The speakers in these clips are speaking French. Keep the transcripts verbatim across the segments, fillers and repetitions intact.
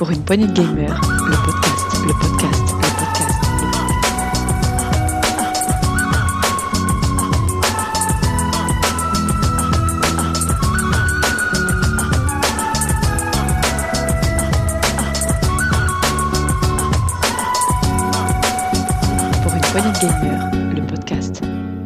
Pour une poignée de gamers, le podcast, le podcast, le podcast. Pour une poignée de gamers, le podcast.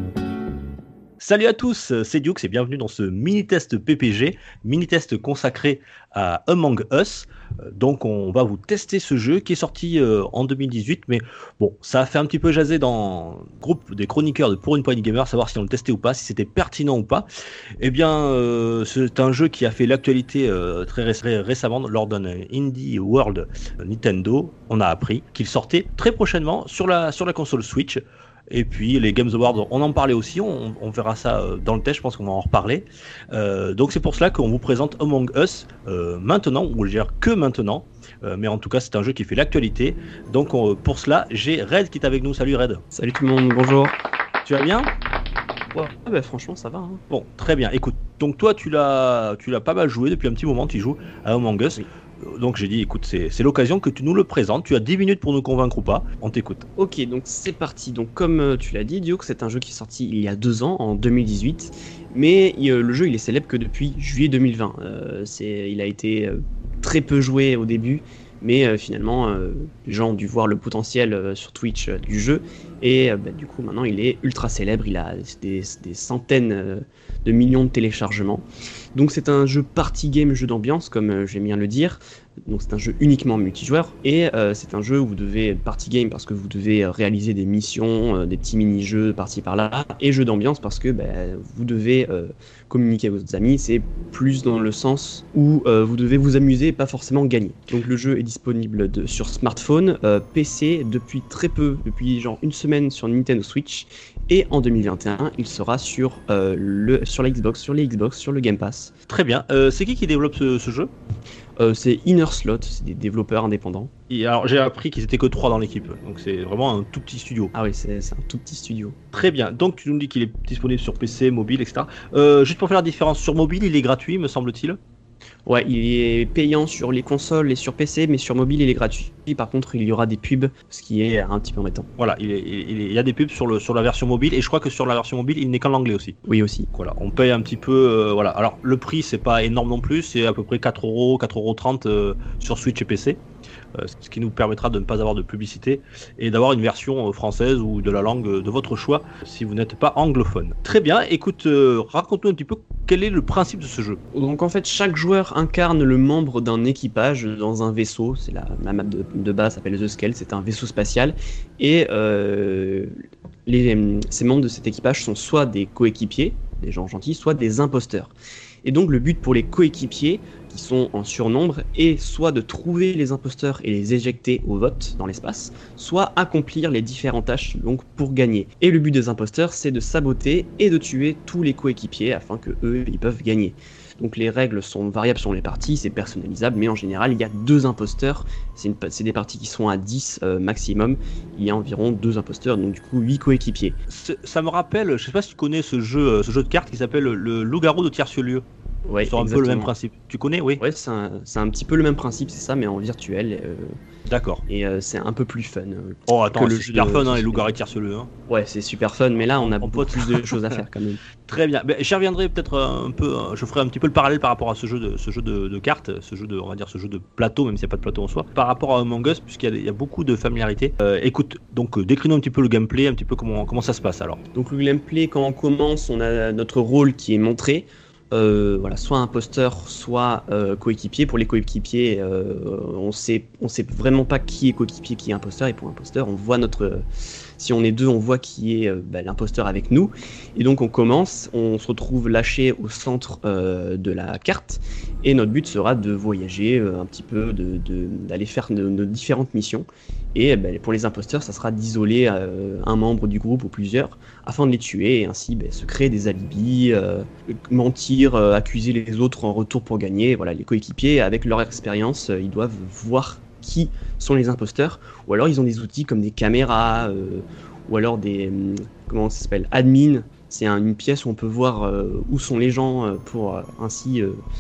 Salut à tous, c'est Dukes et bienvenue dans ce mini-test P P G, mini-test consacré à Among Us. Donc on va vous tester ce jeu qui est sorti euh, en deux mille dix-huit, mais bon, ça a fait un petit peu jaser dans le groupe des chroniqueurs de Pour une poignée de gamers, savoir si on le testait ou pas, si c'était pertinent ou pas. Eh bien, euh, c'est un jeu qui a fait l'actualité euh, très ré- récemment lors d'un Indie World Nintendo. On a appris qu'il sortait très prochainement sur la, sur la console Switch. Et puis les Games Awards, on en parlait aussi, on, on verra ça dans le test, je pense qu'on va en reparler. Euh, donc c'est pour cela qu'on vous présente Among Us euh, maintenant, ou je veux dire que maintenant, euh, mais en tout cas c'est un jeu qui fait l'actualité. Donc on, pour cela, j'ai Red qui est avec nous. Salut Red. Salut tout le monde, bonjour. Tu vas bien ? Ouais, bah franchement ça va. Hein. Bon, très bien. Écoute, donc toi tu l'as, tu l'as pas mal joué depuis un petit moment, tu joues à Among Us. Oui. Donc j'ai dit, écoute, c'est, c'est l'occasion que tu nous le présentes. Tu as dix minutes pour nous convaincre ou pas. On t'écoute. Ok, donc c'est parti. Donc comme euh, tu l'as dit, Duke, c'est un jeu qui est sorti il y a deux ans, en deux mille dix-huit. Mais euh, le jeu, il est célèbre que depuis juillet deux mille vingt. Euh, c'est, il a été euh, très peu joué au début. Mais euh, finalement, euh, les gens ont dû voir le potentiel euh, sur Twitch euh, du jeu. Et euh, bah, du coup, maintenant, il est ultra célèbre. Il a des, des centaines euh, de millions de téléchargements. Donc c'est un jeu party game, jeu d'ambiance, comme euh, j'aime bien le dire. Donc c'est un jeu uniquement multijoueur. Et euh, c'est un jeu où vous devez party game parce que vous devez réaliser des missions, euh, des petits mini-jeux par-ci par-là. Et jeu d'ambiance parce que bah, vous devez euh, communiquer avec vos amis. C'est plus dans le sens où euh, vous devez vous amuser et pas forcément gagner. Donc le jeu est disponible de, sur smartphone, euh, P C depuis très peu, depuis genre une semaine sur Nintendo Switch. Et en deux mille vingt et un, il sera sur, euh, le, sur la Xbox, sur les Xbox, sur le Game Pass. Très bien. Euh, c'est qui qui développe ce, ce jeu ? euh, C'est Inner Slot, c'est des développeurs indépendants. Et alors j'ai appris qu'ils étaient que trois dans l'équipe, donc c'est vraiment un tout petit studio. Ah oui, c'est, c'est un tout petit studio. Très bien. Donc tu nous dis qu'il est disponible sur P C, mobile, et cetera. Euh, juste pour faire la différence, sur mobile, il est gratuit, me semble-t-il ? Ouais, il est payant sur les consoles et sur P C, mais sur mobile, il est gratuit. Par contre, il y aura des pubs, ce qui est un petit peu embêtant. Voilà, il, est, il, est, il y a des pubs sur, le, sur la version mobile, et je crois que sur la version mobile, il n'est qu'en anglais aussi. Oui, aussi. Voilà, on paye un petit peu, euh, voilà. Alors, le prix, c'est pas énorme non plus, c'est à peu près quatre euros, quatre euros trente euh, sur Switch et P C. Euh, ce qui nous permettra de ne pas avoir de publicité et d'avoir une version française ou de la langue de votre choix si vous n'êtes pas anglophone. Très bien, écoute, euh, raconte-nous un petit peu quel est le principe de ce jeu. Donc en fait, chaque joueur incarne le membre d'un équipage dans un vaisseau. C'est la, la map de, de base s'appelle The Scale, c'est un vaisseau spatial. Et euh, les, ces membres de cet équipage sont soit des coéquipiers, des gens gentils, soit des imposteurs. Et donc le but pour les coéquipiers, qui sont en surnombre, est soit de trouver les imposteurs et les éjecter au vote dans l'espace, soit accomplir les différentes tâches donc pour gagner. Et le but des imposteurs, c'est de saboter et de tuer tous les coéquipiers afin que eux ils peuvent gagner. Donc les règles sont variables selon les parties, c'est personnalisable, mais en général il y a deux imposteurs, c'est, une, c'est des parties qui sont à dix euh, maximum, il y a environ deux imposteurs, donc du coup huit coéquipiers. C'est, ça me rappelle, je sais pas si tu connais ce jeu, ce jeu de cartes qui s'appelle le Loup-garou de Tierce-Lieu. Ouais, c'est un exactement. peu le même principe. Tu connais, oui. Ouais, c'est un, c'est un petit peu le même principe, c'est ça, mais en virtuel. Euh, D'accord. Et euh, c'est un peu plus fun. Euh, oh, attends, que c'est le super de, fun, hein, les loups-garous Tierce-Lieu. Hein. Ouais, c'est super fun, mais là, on a on beaucoup peut... plus de choses à faire quand même. Très bien. Ben, j'y reviendrai peut-être un peu. Je ferai un petit peu le parallèle par rapport à ce jeu de, ce jeu de, de cartes, ce jeu de, on va dire, ce jeu de plateau, même s'il n'y a pas de plateau en soi. Par rapport à Among Us, puisqu'il y a, il y a beaucoup de familiarité. Euh, écoute, donc décris-nous un petit peu le gameplay, un petit peu comment, comment ça se passe alors. Donc le gameplay, quand on commence, on a notre rôle qui est montré. Euh, voilà, soit imposteur, soit euh, coéquipier. Pour les coéquipiers, euh, on sait, on sait vraiment pas qui est coéquipier, qui est imposteur. Et pour imposteur, on voit notre, euh, si on est deux, on voit qui est euh, bah, l'imposteur avec nous. Et donc on commence, on se retrouve lâché au centre euh, de la carte. Et notre but sera de voyager euh, un petit peu, de, de, d'aller faire de, de différentes missions. Et bah, pour les imposteurs, ça sera d'isoler euh, un membre du groupe ou plusieurs afin de les tuer et ainsi bah, se créer des alibis, euh, mentir, euh, accuser les autres en retour pour gagner. Voilà, les coéquipiers, avec leur expérience, euh, ils doivent voir qui sont les imposteurs, ou alors ils ont des outils comme des caméras, euh, ou alors des, euh, comment ça s'appelle, admin. C'est un, une pièce où on peut voir euh, où sont les gens euh, pour euh, ainsi euh,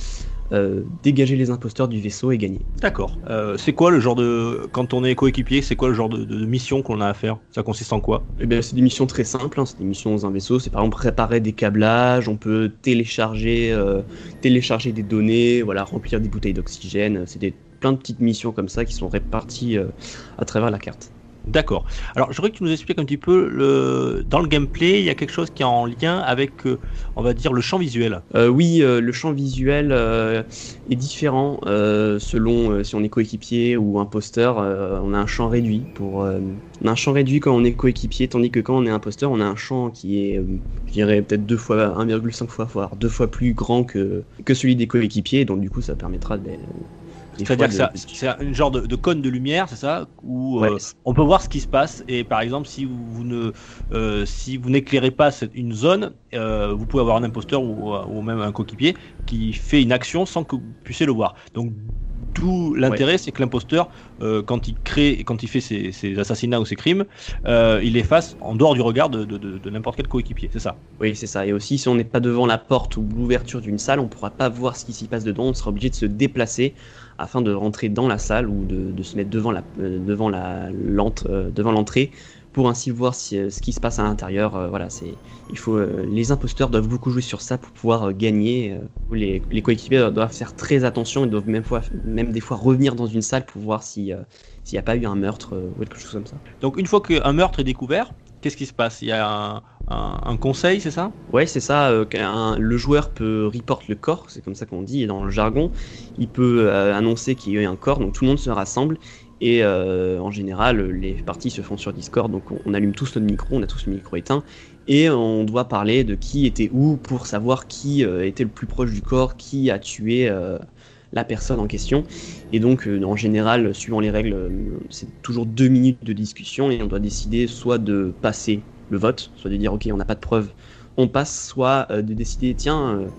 euh, dégager les imposteurs du vaisseau et gagner. D'accord. Euh, c'est quoi le genre de... Quand on est coéquipier, c'est quoi le genre de, de, de mission qu'on a à faire? Ça consiste en quoi? Eh bien, c'est des missions très simples, hein. C'est des missions dans un vaisseau. C'est par exemple préparer des câblages, on peut télécharger, euh, télécharger des données, voilà, remplir des bouteilles d'oxygène. C'est des, plein de petites missions comme ça qui sont réparties euh, à travers la carte. D'accord. Alors, je voudrais que tu nous expliques un petit peu, le... dans le gameplay, il y a quelque chose qui est en lien avec, euh, on va dire, le champ visuel. Euh, oui, euh, le champ visuel euh, est différent euh, selon euh, si on est coéquipier ou imposteur. Euh, on a un champ réduit pour, euh, on a un champ réduit quand on est coéquipier, tandis que quand on est imposteur, on a un champ qui est, euh, je dirais peut-être deux fois, un virgule cinq fois, voire deux fois plus grand que que celui des coéquipiers. Donc du coup, ça permettra de C'est-à-dire que ça, c'est un genre de, de cône de lumière, c'est ça, où ouais. euh, on peut voir ce qui se passe. Et par exemple, si vous, vous ne, euh, si vous n'éclairez pas cette, une zone, euh, vous pouvez avoir un imposteur ou, ou même un coéquipier qui fait une action sans que vous puissiez le voir. Donc, tout l'intérêt, ouais. c'est que l'imposteur, euh, quand il crée, quand il fait ses, ses assassinats ou ses crimes, euh, il les fasse en dehors du regard de, de, de, de n'importe quel coéquipier. C'est ça. Oui, c'est ça. Et aussi, si on n'est pas devant la porte ou l'ouverture d'une salle, on ne pourra pas voir ce qui s'y passe dedans. On sera obligé de se déplacer afin de rentrer dans la salle ou de, de se mettre devant la, euh, devant la, l'entrée, euh, devant l'entrée pour ainsi voir si, euh, ce qui se passe à l'intérieur. Euh, voilà, c'est, il faut, euh, les imposteurs doivent beaucoup jouer sur ça pour pouvoir euh, gagner. Euh, les, les coéquipiers doivent faire très attention. Ils doivent même, fois, même des fois revenir dans une salle pour voir si, euh, s'il n'y a pas eu un meurtre euh, ou quelque chose comme ça. Donc une fois qu'un meurtre est découvert, qu'est-ce qui se passe? Il y a un, un, un conseil, c'est ça? Ouais, c'est ça. Euh, un, le joueur peut report le corps, c'est comme ça qu'on dit dans le jargon. Il peut euh, annoncer qu'il y a un corps, donc tout le monde se rassemble. Et euh, en général, les parties se font sur Discord, donc on, on allume tous notre micro, on a tous le micro éteint, et on doit parler de qui était où pour savoir qui euh, était le plus proche du corps, qui a tué euh, la personne en question. Et donc, euh, en général, suivant les règles, euh, c'est toujours deux minutes de discussion, et on doit décider soit de passer le vote, soit de dire ok, on n'a pas de preuves, on passe, soit euh, de décider tiens, euh,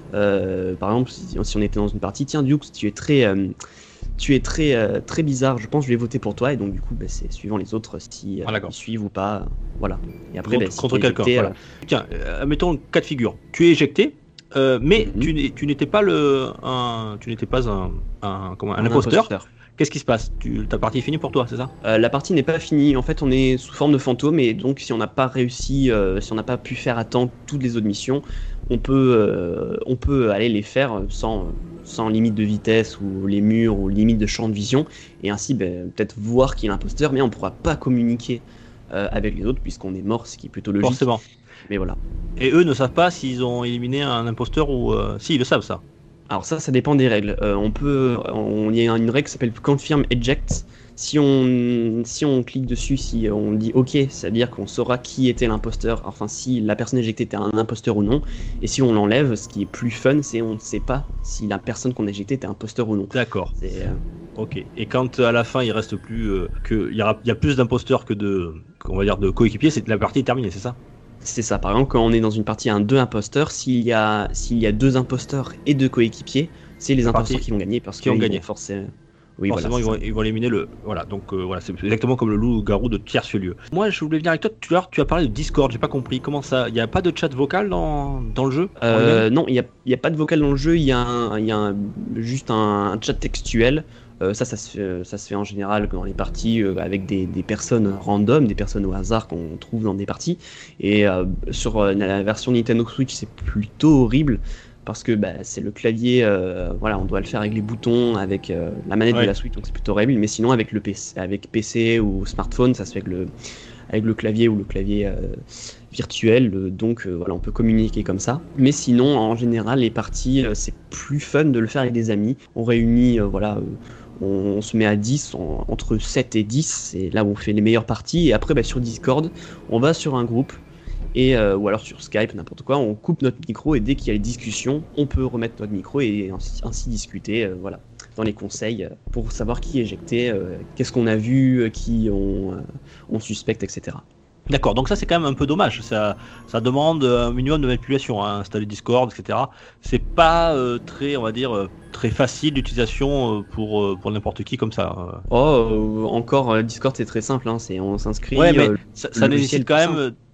euh, par exemple, si, si on était dans une partie, tiens Duke, tu es très... Euh, tu es très, euh, très bizarre, je pense que je vais voter pour toi, et donc du coup bah, c'est suivant les autres si euh, ah, ils suivent ou pas, euh, voilà. Et après contre, bah, si contre quelqu'un, éjecté, voilà. euh... Tiens, euh, mettons cas de figure, tu es éjecté, euh, mais mm-hmm. tu, tu n'étais pas le, un, tu n'étais pas un, un, comment, un, un imposteur. imposteur. Qu'est-ce qui se passe? tu, Ta partie est finie pour toi, c'est ça? euh, La partie n'est pas finie. En fait, on est sous forme de fantôme, et donc si on n'a pas réussi, euh, si on n'a pas pu faire à temps toutes les autres missions, on peut, euh, on peut aller les faire sans, sans limite de vitesse ou les murs ou limite de champ de vision, et ainsi ben, peut-être voir qui est l'imposteur, mais on ne pourra pas communiquer euh, avec les autres puisqu'on est mort, ce qui est plutôt logique. Forcément. Mais voilà. Et eux ne savent pas s'ils ont éliminé un imposteur ou euh... si, ils le savent ça. Alors ça, ça dépend des règles. Euh, on peut, on, il y a une règle qui s'appelle Confirm Eject. Si on, si on clique dessus, si on dit OK, c'est-à-dire qu'on saura qui était l'imposteur, enfin si la personne éjectée était un imposteur ou non. Et si on l'enlève, ce qui est plus fun, c'est on ne sait pas si la personne qu'on a éjectée était imposteur ou non. D'accord. C'est, euh... Ok. Et quand à la fin il reste plus euh, que il y aura, il y a plus d'imposteurs que de, qu'on va dire de coéquipiers, c'est la partie est terminée, c'est ça? C'est ça. Par exemple, quand on est dans une partie à un deux imposteurs, s'il y a s'il y a deux imposteurs et deux coéquipiers, c'est les imposteurs qui vont gagner parce qu'ils vont gagner. Forcément. Oui, forcément, voilà, ils, vont, ils vont éliminer le. Voilà, donc euh, voilà, c'est exactement comme le loup-garou de Tierce-Lieu. Moi, je voulais venir avec toi. Tu as, tu as parlé de Discord, j'ai pas compris. Comment ça? Il n'y a pas de chat vocal dans, dans le jeu? euh, Non, il n'y a, y a pas de vocal dans le jeu. Il y a, un, y a un, juste un, un chat textuel. Euh, ça, ça se, fait, ça se fait en général dans les parties euh, avec des, des personnes random, des personnes au hasard qu'on trouve dans des parties. Et euh, sur euh, la version Nintendo Switch, c'est plutôt horrible. Parce que bah, c'est le clavier, euh, voilà, on doit le faire avec les boutons, avec euh, la manette ouais. de la Switch, donc c'est plutôt horrible. Mais sinon, avec le P C, avec P C ou smartphone, ça se fait avec le, avec le clavier ou le clavier euh, virtuel. Euh, donc euh, voilà, on peut communiquer comme ça. Mais sinon, en général, les parties, euh, c'est plus fun de le faire avec des amis. On réunit, euh, voilà, euh, on, on se met à dix, on, entre sept et dix, c'est là où on fait les meilleures parties. Et après, bah, sur Discord, on va sur un groupe. Et euh, ou alors sur Skype, n'importe quoi, on coupe notre micro et dès qu'il y a les discussions, on peut remettre notre micro et ainsi, ainsi discuter, euh, voilà, dans les conseils euh, pour savoir qui est éjecté, euh, qu'est-ce qu'on a vu, euh, qui on, euh, on suspecte, et cetera. D'accord, donc ça c'est quand même un peu dommage, ça, ça demande un minimum de manipulation, hein, installer Discord, et cetera. C'est pas euh, très, on va dire, euh, très facile d'utilisation euh, pour, euh, pour n'importe qui comme ça. Euh. Oh, euh, encore, euh, Discord c'est très simple, hein, c'est, on s'inscrit. Ouais, mais euh, ça, ça nécessite quand même...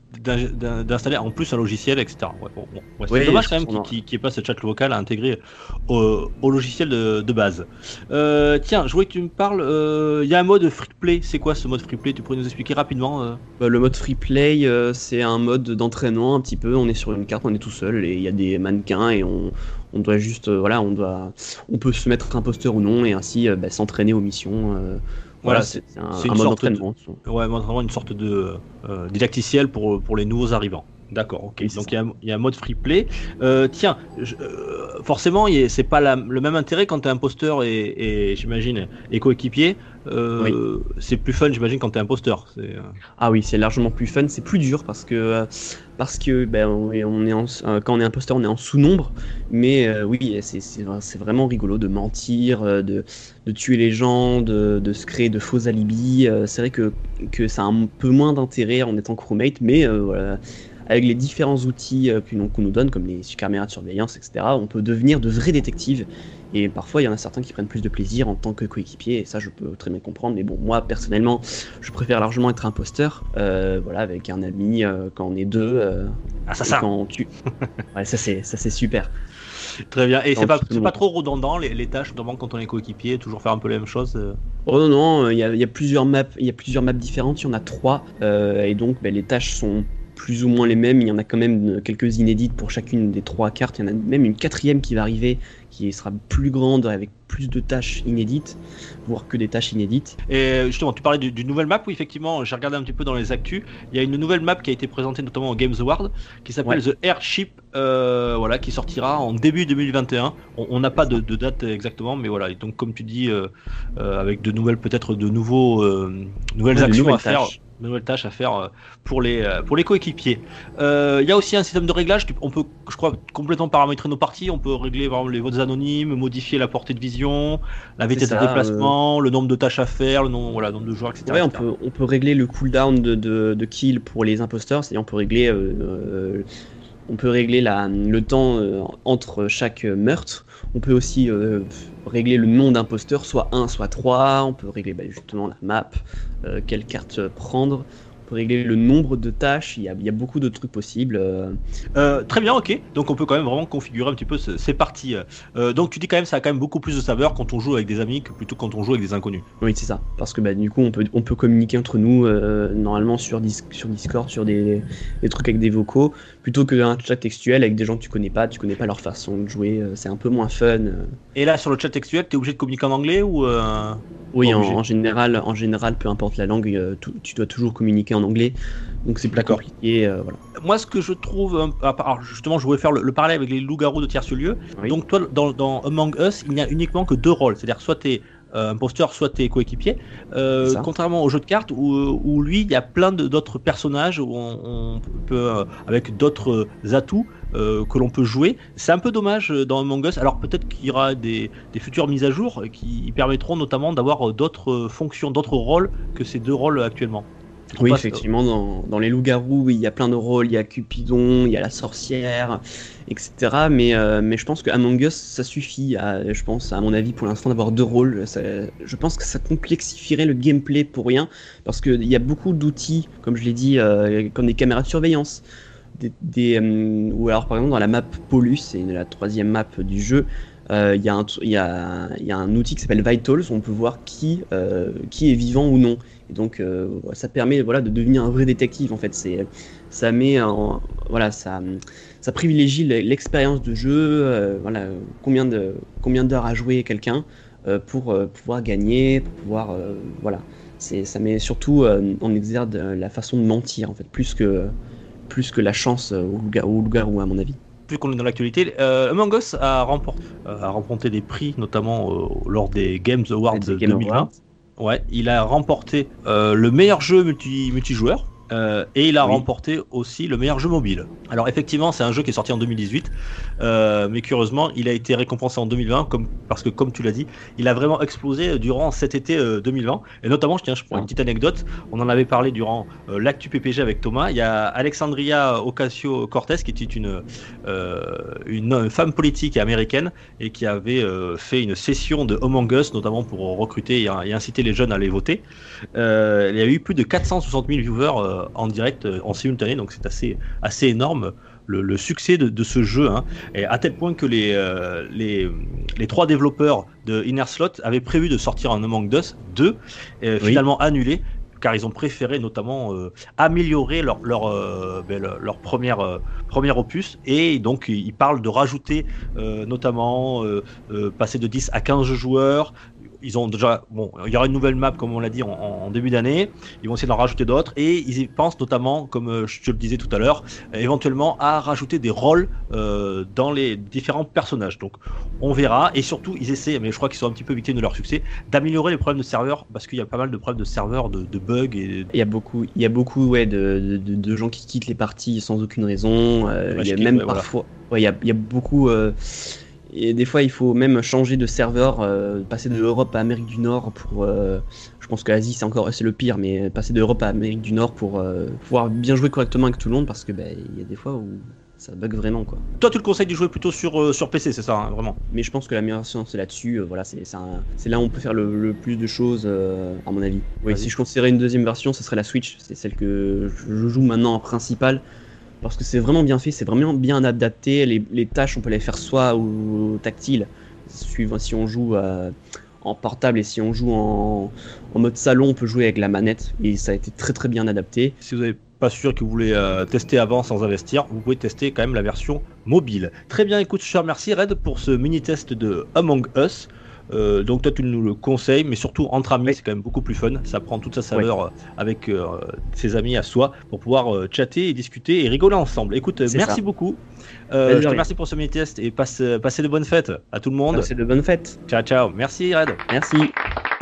d'installer en plus un logiciel, et cetera. Ouais, bon, bon. Ouais, c'est Oui, dommage quand même sûrement. qu'il n'y ait pas ce chat vocal à intégrer au, au logiciel de, de base. Euh, tiens, je voulais que tu me parles. Il y a un mode free play. C'est quoi ce mode free play? Tu pourrais nous expliquer rapidement euh Bah, le mode free play, euh, c'est un mode d'entraînement un petit peu. On est sur une carte, on est tout seul et il y a des mannequins et on, on doit juste, euh, voilà, on doit, on peut se mettre imposteur ou non et ainsi euh, bah, s'entraîner aux missions. euh, Voilà, voilà, c'est c'est un, c'est un une mode sorte de, d'entraînement. ouais, vraiment une sorte de euh, didacticiel pour, pour les nouveaux arrivants. D'accord, ok. Oui, c'est Donc ça. il y a, il y a un mode free play. Euh, tiens, je- euh, forcément, il y a- c'est pas la- le même intérêt quand t'es imposteur et, et j'imagine et coéquipier. Oui. Euh, c'est plus fun, j'imagine, quand t'es imposteur. C'est, euh, Ah oui, c'est largement plus fun, c'est plus dur parce que euh, parce que ben on est, on est en, euh, quand on est imposteur, on est en sous-nombre, mais euh, oui, c'est c'est c'est vraiment rigolo de mentir, euh, de de tuer les gens, de, de se créer de faux alibis. euh, c'est vrai que que ça a un peu moins d'intérêt en étant crewmate, mais euh, voilà. Avec les différents outils euh, qu'on qu'on nous donne, comme les caméras de surveillance, et cetera, on peut devenir de vrais détectives. Et parfois, il y en a certains qui prennent plus de plaisir en tant que coéquipier, et ça, je peux très bien comprendre. Mais bon, moi, personnellement, je préfère largement être imposteur, euh, voilà, avec un ami, euh, quand on est deux, euh, Ah, ça, et ça. quand on tue. Ouais, ça, c'est ça, c'est super. Très bien. Et Quand c'est on pas, tue tout le c'est pas monde. trop redondant les, les tâches, notamment quand on est coéquipier, toujours faire un peu la même chose. euh. Oh non, non, il y a, il y a plusieurs maps, il y a plusieurs maps différentes, il y en a trois, euh, et donc ben, les tâches sont plus ou moins les mêmes. Il y en a quand même euh, quelques inédites pour chacune des trois cartes. Il y en a même une quatrième qui va arriver, qui sera plus grande avec plus de tâches inédites, voire que des tâches inédites. Et justement, tu parlais du- d'une nouvelle map. Oui, effectivement, j'ai regardé un petit peu dans les actus. Il y a une nouvelle map qui a été présentée notamment au Games Award, qui s'appelle Ouais. The Airship, euh, voilà, qui sortira en début deux mille vingt et un. On on n'a pas de, de date exactement, mais voilà. Et donc, comme tu dis, euh, euh, avec de nouvelles, peut-être de nouveaux, euh, nouvelles Ouais, de actions nouvelles à faire. tâches. De nouvelles tâches à faire euh, pour les euh, pour les coéquipiers. Euh, Il y a aussi un système de réglage. Tu- On peut, je crois, complètement paramétrer nos parties. On peut régler par exemple les votes anonymes, modifier la portée de vision, la C'est vitesse de ça. euh, déplacement, le nombre de tâches à faire, le nombre, voilà, le nombre de joueurs, et cetera, Ouais, on et cetera. peut, on peut régler le cooldown de, de, de kill pour les imposteurs, c'est-à-dire on peut régler, euh, euh, on peut régler la, le temps euh, entre chaque meurtre. On peut aussi euh, régler le nom d'imposteurs, soit un, soit trois. On peut régler bah, justement la map, euh, quelle carte prendre. On peut régler le nombre de tâches. Il y a, il y a beaucoup de trucs possibles. euh. Euh, très bien, ok. Donc on peut quand même vraiment configurer un petit peu ce- ces parties. Euh, donc tu dis quand même ça a quand même beaucoup plus de saveur quand on joue avec des amis que plutôt quand on joue avec des inconnus. Oui, c'est ça. Parce que bah, du coup, on peut, on peut communiquer entre nous euh, normalement sur, Dis- sur Discord, sur des, des trucs avec des vocaux, plutôt qu'un chat textuel avec des gens que tu connais pas. Tu connais pas leur façon de jouer. euh, c'est un peu moins fun. euh. Et là sur le chat textuel, t'es obligé de communiquer en anglais ou euh... Oui, Pas en, obligé. en général, en général, peu importe la langue, euh, tout- tu dois toujours communiquer en anglais. Donc c'est plus D'accord. compliqué. euh, voilà. Moi, ce que je trouve, un- alors justement, je voulais faire le, le parallèle avec les loups-garous de tierce-lieu. Oui. Donc, toi, dans, dans Among Us, il n'y a uniquement que deux rôles. C'est-à-dire, soit t'es euh, imposteur, soit t'es coéquipier. Euh, C'est ça. contrairement au jeu de cartes, où, où lui, il y a plein de- d'autres personnages, où on, on peut, euh, avec d'autres atouts euh, que l'on peut jouer. C'est un peu dommage euh, dans Among Us. Alors, peut-être qu'il y aura des, des futures mises à jour qui permettront notamment d'avoir euh, d'autres euh, fonctions, d'autres rôles que ces deux rôles actuellement. Tu trouves Oui, pas- effectivement, dans, dans les loups-garous, il y a plein de rôles. Il y a Cupidon, il y a la sorcière, et cetera. Mais, euh, mais je pense que Among Us, ça suffit, à, je pense, à mon avis, pour l'instant, d'avoir deux rôles. Ça- je pense que ça complexifierait le gameplay pour rien, parce qu'il y a beaucoup d'outils, comme je l'ai dit, euh, comme des caméras de surveillance. Des, des, euh, ou alors, par exemple, dans la map Polus, c'est la troisième map du jeu, euh, il y, a un tr- il y, a, il y a un outil qui s'appelle Vitals, où on peut voir qui, euh, qui est vivant ou non. Et donc, euh, ça permet voilà, de devenir un vrai détective. En fait, c'est, ça met en, voilà, ça, ça privilégie l'expérience de jeu. Euh, voilà, combien de, combien d'heures a joué quelqu'un euh, pour euh, pouvoir gagner, pour pouvoir, euh, voilà. C'est, ça met surtout euh, en exergue euh, la façon de mentir, en fait, plus que, plus que la chance euh, au loup-garou, au loup-garou, à mon avis. Plus qu'on est dans l'actualité, euh, Among Us a remporté, euh, a remporté des prix, notamment euh, lors des Games Awards Des Game deux mille vingt. Awards. Ouais, il a remporté euh, le meilleur jeu multi, multijoueur. Euh, et il a Oui. remporté aussi le meilleur jeu mobile. Alors effectivement, c'est un jeu qui est sorti en deux mille dix-huit, euh, mais curieusement, il a été récompensé en deux mille vingt, comme, parce que comme tu l'as dit, il a vraiment explosé durant cet été euh, deux mille vingt. Et notamment, je tiens, je prends une petite anecdote, on en avait parlé durant euh, l'actu P P G avec Thomas. Il y a Alexandria Ocasio-Cortez, qui était une, euh, une femme politique américaine et qui avait euh, fait une session de Among Us, notamment pour recruter et, et inciter les jeunes à aller voter. Euh, il y a eu plus de quatre cent soixante mille viewers euh, euh, en direct, euh, en simultané, donc c'est assez, assez énorme le, le succès de, de ce jeu, hein, et à tel point que les, euh, les, les trois développeurs de Inner Slot avaient prévu de sortir un Among Us deux, et Oui. finalement annulé, car ils ont préféré notamment euh, améliorer leur, leur, euh, ben, leur, leur première, euh, premier opus, et donc ils parlent de rajouter euh, notamment euh, euh, passer de dix à quinze joueurs. Ils ont déjà, bon, il y aura une nouvelle map comme on l'a dit en, en début d'année. Ils vont essayer d'en rajouter d'autres et ils y pensent notamment, comme euh, je te le disais tout à l'heure, euh, éventuellement à rajouter des rôles euh, dans les différents personnages. Donc on verra, et surtout ils essaient, mais je crois qu'ils sont un petit peu victimes de leur succès, d'améliorer les problèmes de serveurs, parce qu'il y a pas mal de problèmes de serveurs, de, de bugs et Il y a beaucoup, il y a beaucoup ouais, de, de, de gens qui quittent les parties sans aucune raison. Euh, il y a skip, même ouais, voilà. parfois, ouais, il y a, il y a beaucoup. Euh, et des fois, il faut même changer de serveur, euh, passer de l'Europe à Amérique du Nord pour. Euh, je pense que l'Asie c'est encore c'est le pire, mais passer de l'Europe à Amérique du Nord pour euh, pouvoir bien jouer correctement avec tout le monde, parce que bah, il y a des fois où ça bug vraiment quoi. toi tu le conseilles de jouer plutôt sur, euh, sur P C, c'est ça, hein, vraiment. Mais je pense que l'amélioration c'est là-dessus. Euh, voilà, c'est c'est un- c'est là où on peut faire le, le plus de choses, euh, à mon avis. Oui, Vas-y. si je considérais une deuxième version, ce serait la Switch. C'est celle que je joue maintenant en principal. Parce que c'est vraiment bien fait, c'est vraiment bien adapté. Les, les tâches, on peut les faire soit au, au tactile, suivant si on joue euh, en portable, et si on joue en, en mode salon, on peut jouer avec la manette. Et ça a été très très bien adapté. Si vous n'êtes pas sûr que vous voulez euh, tester avant sans investir, vous pouvez tester quand même la version mobile. Très bien, écoute, cher, merci Red pour ce mini-test de Among Us. Euh, donc toi tu nous le conseilles, mais surtout entre amis, Oui. c'est quand même beaucoup plus fun. Ça prend toute sa saveur euh, avec euh, ses amis à soi pour pouvoir euh, chatter et discuter et rigoler ensemble. Écoute, euh, C'est merci ça. beaucoup. Bah, Euh, de je te rien. remercie pour ce mini-test et passe, euh, passez de bonnes fêtes à tout le monde. C'est de bonnes fêtes. Ciao ciao. Merci Red. Merci.